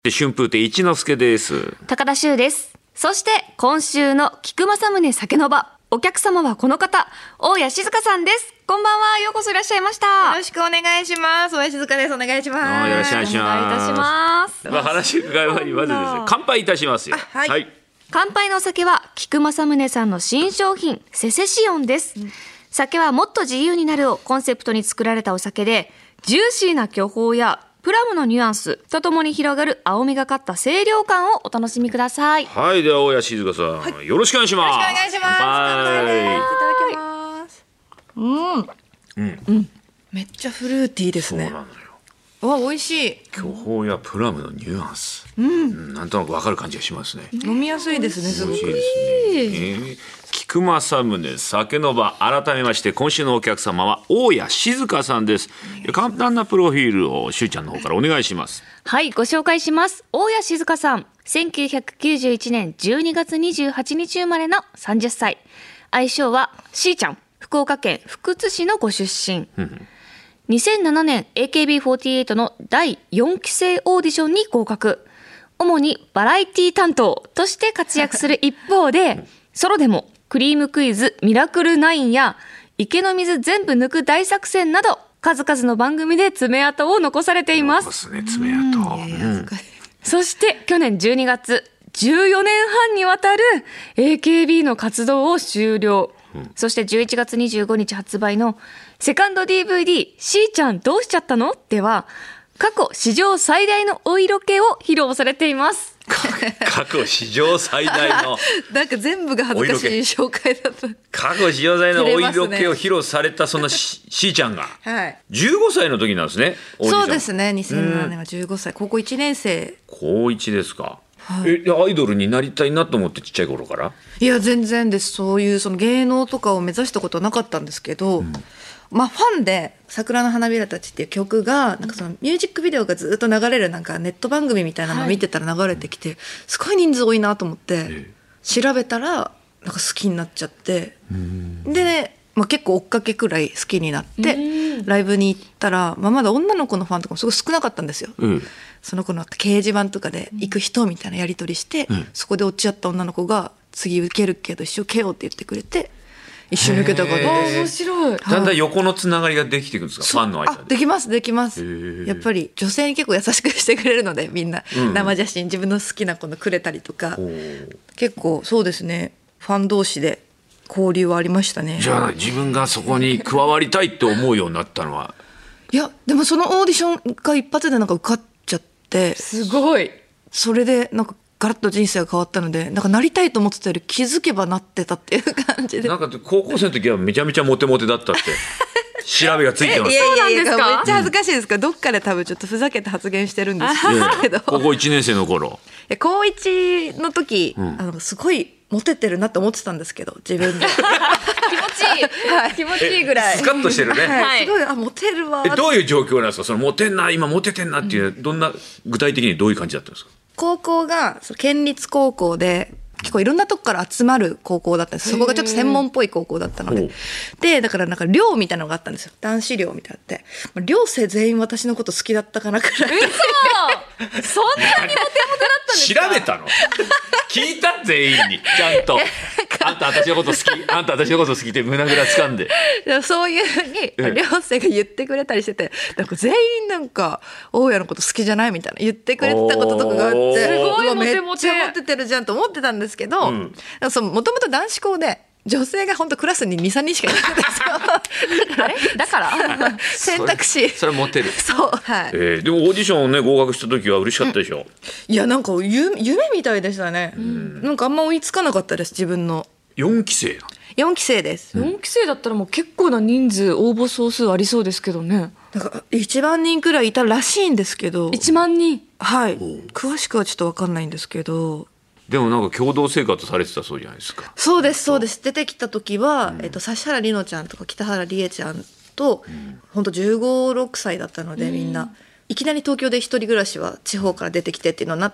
春風亭一之輔です。 高田修です。そして今週の菊正宗酒の場、お客様はこの方、大谷静香さんです。こんばんは。ようこそいらっしゃいました。 よろしくお願いします。大谷静香です。お願いします。 よろしくお願いします。 お願いいたします。 話伺う前にまずですね、乾杯いたしますよ。 はい。 乾杯のお酒は菊正宗さんの新商品セセシオンです。酒はもっと自由になるをコンセプトに作られたお酒で、ジューシーな巨峰やプラムのニュアンスとともに広がる青みがかった清涼感をお楽しみください。 はい、では大谷静香さん、よろしくお願いします。 よろしくお願いします。 乾杯。 いただきます。めっちゃフルーティーですね。 そうなのよ。 わ、美味しい。 巨峰やプラムのニュアンス、なんとなくわかる感じがしますね。 飲みやすいですね。すごく。 美味しいですね。菊正宗酒の場、改めまして今週のお客様は大谷静香さんです。簡単なプロフィールをしゅうちゃんの方からお願いします。 はい、ご紹介します。大谷静香さん、1991年12月28日生まれの30歳。愛称はしーちゃん。福岡県福津市のご出身。2007年 AKB48 の第4期生オーディションに合格。主にバラエティ担当として活躍する一方で、ソロでもクリームクイズミラクル9や池の水全部抜く大作戦など数々の番組で爪痕を残されています。 そうですね、爪痕。 そして去年12月、14年半にわたる AKB の活動を終了。そして11月25日発売のセカンド DVD しーちゃんどうしちゃったのでは、過去史上最大のお色気を披露されています。 過去史上最大のなんか全部が恥ずかしい紹介だった。 過去史上最大のお色気を披露されたそのしーちゃんがはい。 15歳の時なんですね。オーディション。 そうですね。2007年は15歳。高校1年生。 高1ですか。アイドルになりたいなと思ってちっちゃい頃から。 いや全然です。そういうその芸能とかを目指したことはなかったんですけど、まあファンで桜の花びらたちっていう曲がなんかそのミュージックビデオがずっと流れるなんかネット番組みたいなのを見てたら流れてきて、すごい人数多いなと思って調べたらなんか好きになっちゃって、で、まあ、結構追っかけくらい好きになってライブに行ったら、まあ、まだ女の子のファンとかもすごい少なかったんですよ。その子の掲示板とかで行く人みたいなやり取りして、そこで落ち合った女の子が次受けるけど一生受けようって言ってくれて一緒に受けたからです。 面白い。 だんだん横のつながりができていくんですか、ファンの間で。 できますできます。やっぱり女性に結構優しくしてくれるので、みんな生写真自分の好きな子のくれたりとか、結構そうですね、ファン同士で交流はありましたね。 じゃあ自分がそこに加わりたいって思うようになったのは。 いやでもそのオーディションが一発でなんか受かっちゃって、 すごい。 それでなんかガラッと人生が変わったので、なんかなりたいと思ってたより気づけばなってたっていう感じで。 なんか高校生の時はめちゃめちゃモテモテだったって調べがついてます。 いやいやいや、 そうなんですか。 めっちゃ恥ずかしいですから、どっかで多分ちょっとふざけて発言してるんですけど、 高校1年生の頃。 高1の時、すごいモテてるなって思ってたんですけど、自分で気持ちいい、はい、気持ちいいぐらいスカッとしてるね。 はい、すごいモテるわ。 どういう状況なんですか、そのモテんな、今モテてんなっていう、どんな具体的にどういう感じだったんですか。 高校が県立高校で結構いろんなとこから集まる高校だったんです。そこがちょっと専門っぽい高校だったので、でだからなんか寮みたいなのがあったんですよ。男子寮みたいなのって、寮生全員私のこと好きだったかなくらい。 そんなにモテモテだったんですか。 調べたの聞いた全員にちゃんとあんた私のこと好き、あんた私のこと好きって胸ぐら掴んで。 そういうふうに寮生が言ってくれたりしてて、なんか全員なんか大家のこと好きじゃないみたいな言ってくれてたこととかがあって、 すごいモテモテ、 めっちゃモテてるじゃんと思ってたんですけど、もともと男子校で女性が本当クラスに 2,3 人しかいなかったんですよ。 あれだから選択肢それモテる。 そう、はい。 でもオーディションをね合格した時は嬉しかったでしょ。 いやなんか夢みたいでしたね。なんかあんま追いつかなかったです、自分の。 4期生 4期生です。 4期生だったらもう結構な人数、応募総数ありそうですけどね。 なんか1万人くらいいたらしいんですけど、 1万人、 はい、詳しくはちょっと分かんないんですけど。 でもなんか共同生活されてたそうじゃないですか。 そうですそうです。出てきた時は、指原莉乃ちゃんとか北原理恵ちゃんと、本当15、6歳だったので、みんないきなり東京で一人暮らしは地方から出てきてっていうのになって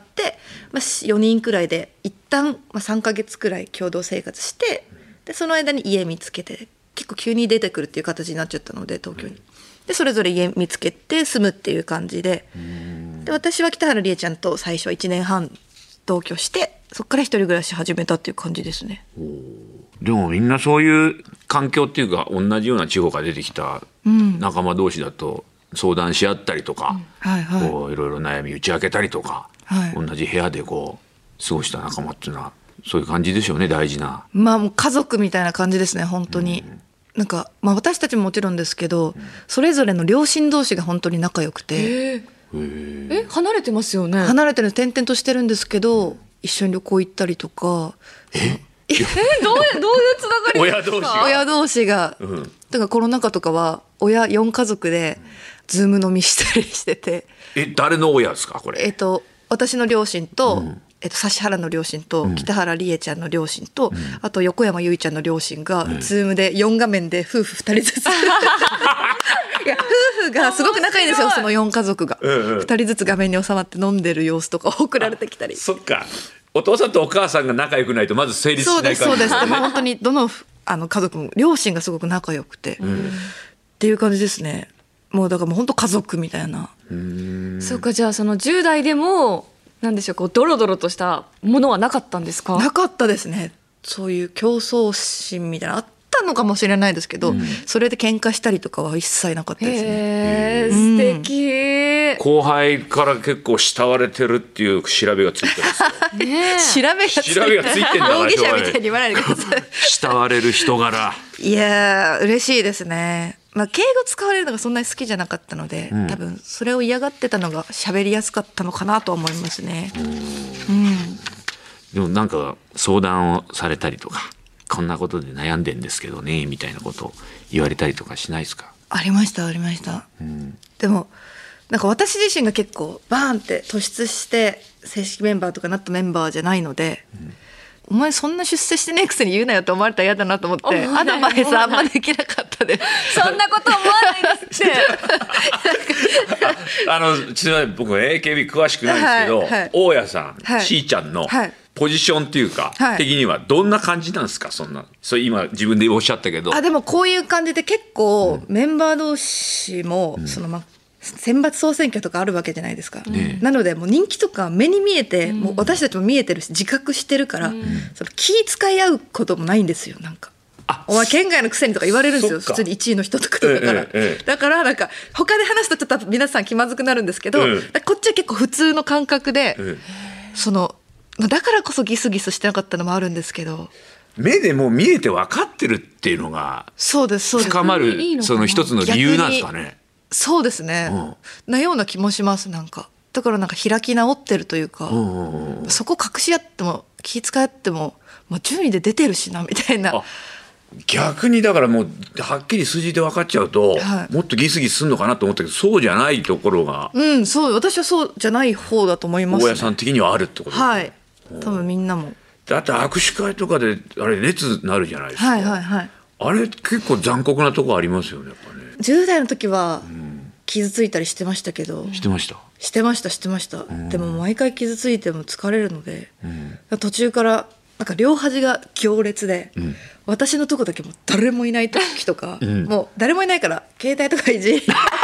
、4人くらいで一旦、3ヶ月くらい共同生活して、でその間に家見つけて、結構急に出てくるっていう形になっちゃったので東京に、でそれぞれ家見つけて住むっていう感じで、 で私は北原理恵ちゃんと最初は1年半同居して、そこから一人暮らし始めたっていう感じですね。 でもみんなそういう環境っていうか、同じような地方から出てきた仲間同士だと相談し合ったりとか、 はいはいこういろいろ悩み打ち明けたりとか、 はい同じ部屋でこう過ごした仲間っていうのはそういう感じでしょうね。大事な。 まあもう家族みたいな感じですね本当に。なんか、まあ、私たちももちろんですけど、それぞれの両親同士が本当に仲良くて、 離れてますよね。 離れてる転々としてるんですけど、一緒に旅行行ったりとか、 どういうつながり親同士が親同士が、だからコロナ禍とかは親4家族でズーム飲みしたりしてて、 誰の親ですかこれ。 私の両親と、指原の両親と、北原理恵ちゃんの両親と、あと横山由依ちゃんの両親が、ズームで4画面で夫婦2人ずついや夫婦がすごく仲いいんですよ、その4家族が、2人ずつ画面に収まって飲んでる様子とか送られてきたり。 そっか、お父さんとお母さんが仲良くないとまず成立しそうない感じですそうです。でも本当にどの家族も両親がすごく仲良くて、っていう感じですね。もうだからもう本当家族みたいな。 そうか、じゃあその10代でもなんでしょう、こうドロドロとしたものはなかったんですか？ なかったですね。そういう競争心みたいなのあったのかもしれないですけど、それで喧嘩したりとかは一切なかったですね。 へー、素敵。 後輩から結構慕われてるっていう調べがついてますよ。 ねえ調べがついて調べがついてんだから容疑者みたいに言わないでください。 慕われる人柄。 いやー嬉しいですね。まあ、敬語使われるのがそんなに好きじゃなかったので、多分それを嫌がってたのが喋りやすかったのかなと思いますね。 でもなんか相談をされたりとか、こんなことで悩んでんですけどねみたいなことを言われたりとかしないですか？ ありましたありました、でもなんか私自身が結構バーンって突出して正式メンバーとかなったメンバーじゃないので、お前そんな出世してねえくせに言うなよって思われたら嫌だなと思って、アドバイスあんまできなかったです。 そんなこと思わないですって。 ちなみに僕 AKB 詳しくないんですけど、 はいはい大家さん、 はい C ちゃんのはいポジションっていうか、 はい的にはどんな感じなんですか？それ今自分でおっしゃったけど。 でもこういう感じで結構メンバー同士も、選抜総選挙とかあるわけじゃないですか、なのでもう人気とか目に見えて、もう私たちも見えてるし自覚してるから、その気遣い合うこともないんですよ。なんかお前県外のくせにとか言われるんですよ、 そっか普通に1位の人とかだから、だからなんか他で話すとちょっと皆さん気まずくなるんですけど、こっちは結構普通の感覚で、だからこそギスギスしてなかったのもあるんですけど、 目でもう見えて分かってるっていうのがそうですそうです、 深まるいいのかなその一つの理由なんですかね。 そうですね、なような気もします。なんかだからなんか開き直ってるというか、そこ隠し合っても気遣っても、順位で出てるしなみたいな。 逆にだからもうはっきり数字で分かっちゃうと、もっとギスギスするのかなと思ったけど、そうじゃないところが、 そう私はそうじゃない方だと思いますね。 大家さん的にはあるってことですね。 はい、多分みんなも。 だって握手会とかであれ列なるじゃないですか、 はいはいはい。 あれ結構残酷なとこありますよねやっぱね。 10代の時は傷ついたりしてましたけど、 してました。 してました、でも毎回傷ついても疲れるので、途中からなんか両端が行列で、私のとこだけもう誰もいない時とか、もう誰もいないから携帯とかいじり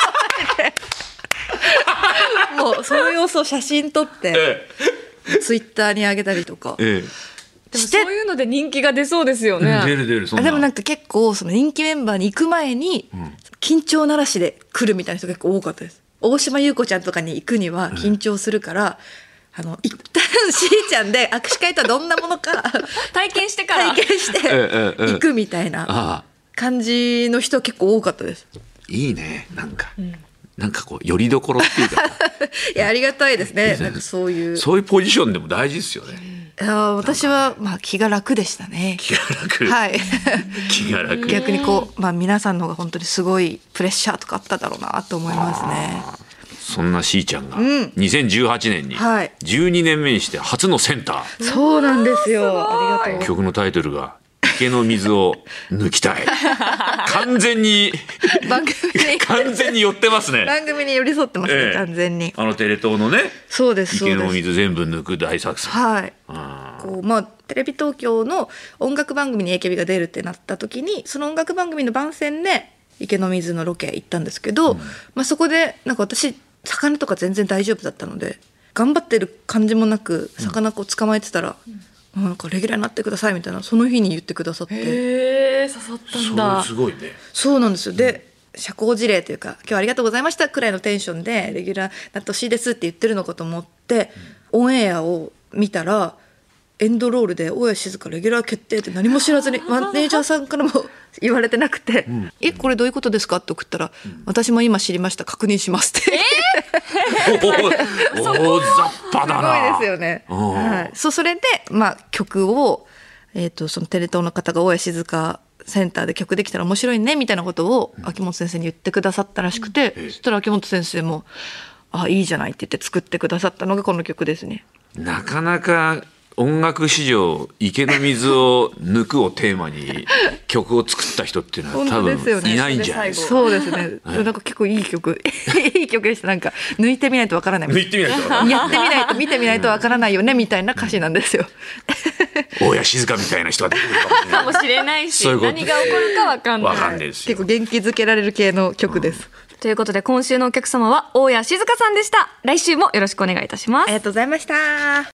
もうその様子を写真撮ってツイッターに上げたりとか、 でもそういうので人気が出そうですよね。 出るそんな。 でもなんか結構その人気メンバーに行く前に緊張ならしで来るみたいな人が結構多かったです。大島優子ちゃんとかに行くには緊張するから、一旦しーちゃんで握手会とはどんなものか体験してから体験して行くみたいな感じの人結構多かったです。 いいね、なんかこうよりどころっていうかいやありがたいですね。なんかそういうポジションでも大事ですよね。 私は気が楽でしたね。 気が楽。 はい気が楽。 逆に皆さんの方が本当にすごいプレッシャーとかあっただろうなと思いますね。 そんなしーちゃんが2018年に12年目にして初のセンター。 そうなんですよ。ありがとう。 曲のタイトルが池の水を抜きたい。完全に寄ってますね。 番組に寄り添ってますね、完全に。 テレ東のね、 そうです池の水全部抜く大作戦。 はい。テレビ東京の音楽番組に AKB が出るってなった時に、その音楽番組の番宣で池の水のロケ行ったんですけど、そこでなんか私魚とか全然大丈夫だったので、頑張ってる感じもなく魚こう捕まえてたら、なんかレギュラーになってくださいみたいな、その日に言ってくださって。 へえ、刺さったんだ。 それすごいね。 そうなんですよ。で、社交辞令というか、今日はありがとうございましたくらいのテンションでレギュラーになってほしいですって言ってるのかと思って、オンエアを見たらエンドロールで大谷静香レギュラー決定って何も知らずにマネージャーさんからも言われてなくて、これどういうことですかって送ったら、私も今知りました、確認しますって大雑把だな。 すごいですよね。はい、それで、曲を、そのテレ東の方が大谷静香センターで曲できたら面白いねみたいなことを秋元先生に言ってくださったらしくて、そしたら秋元先生もいいじゃないって言って作ってくださったのがこの曲ですね。 なかなか音楽史上池の水を抜くをテーマに曲を作った人っていうのは多分いないんじゃないですか。 そうですね、なんか結構いい曲いい曲でした。なんか抜いてみないとわからない、 抜いてみないとやってみないと見てみないとわからないよねみたいな歌詞なんですよ。 大谷静香みたいな人が出てくるかもしれないし、 そういうこと何が起こるかわかんない。 わかんないですよ。 結構元気づけられる系の曲です。 ということで今週のお客様は大谷静香さんでした。来週もよろしくお願いいたします。 ありがとうございました。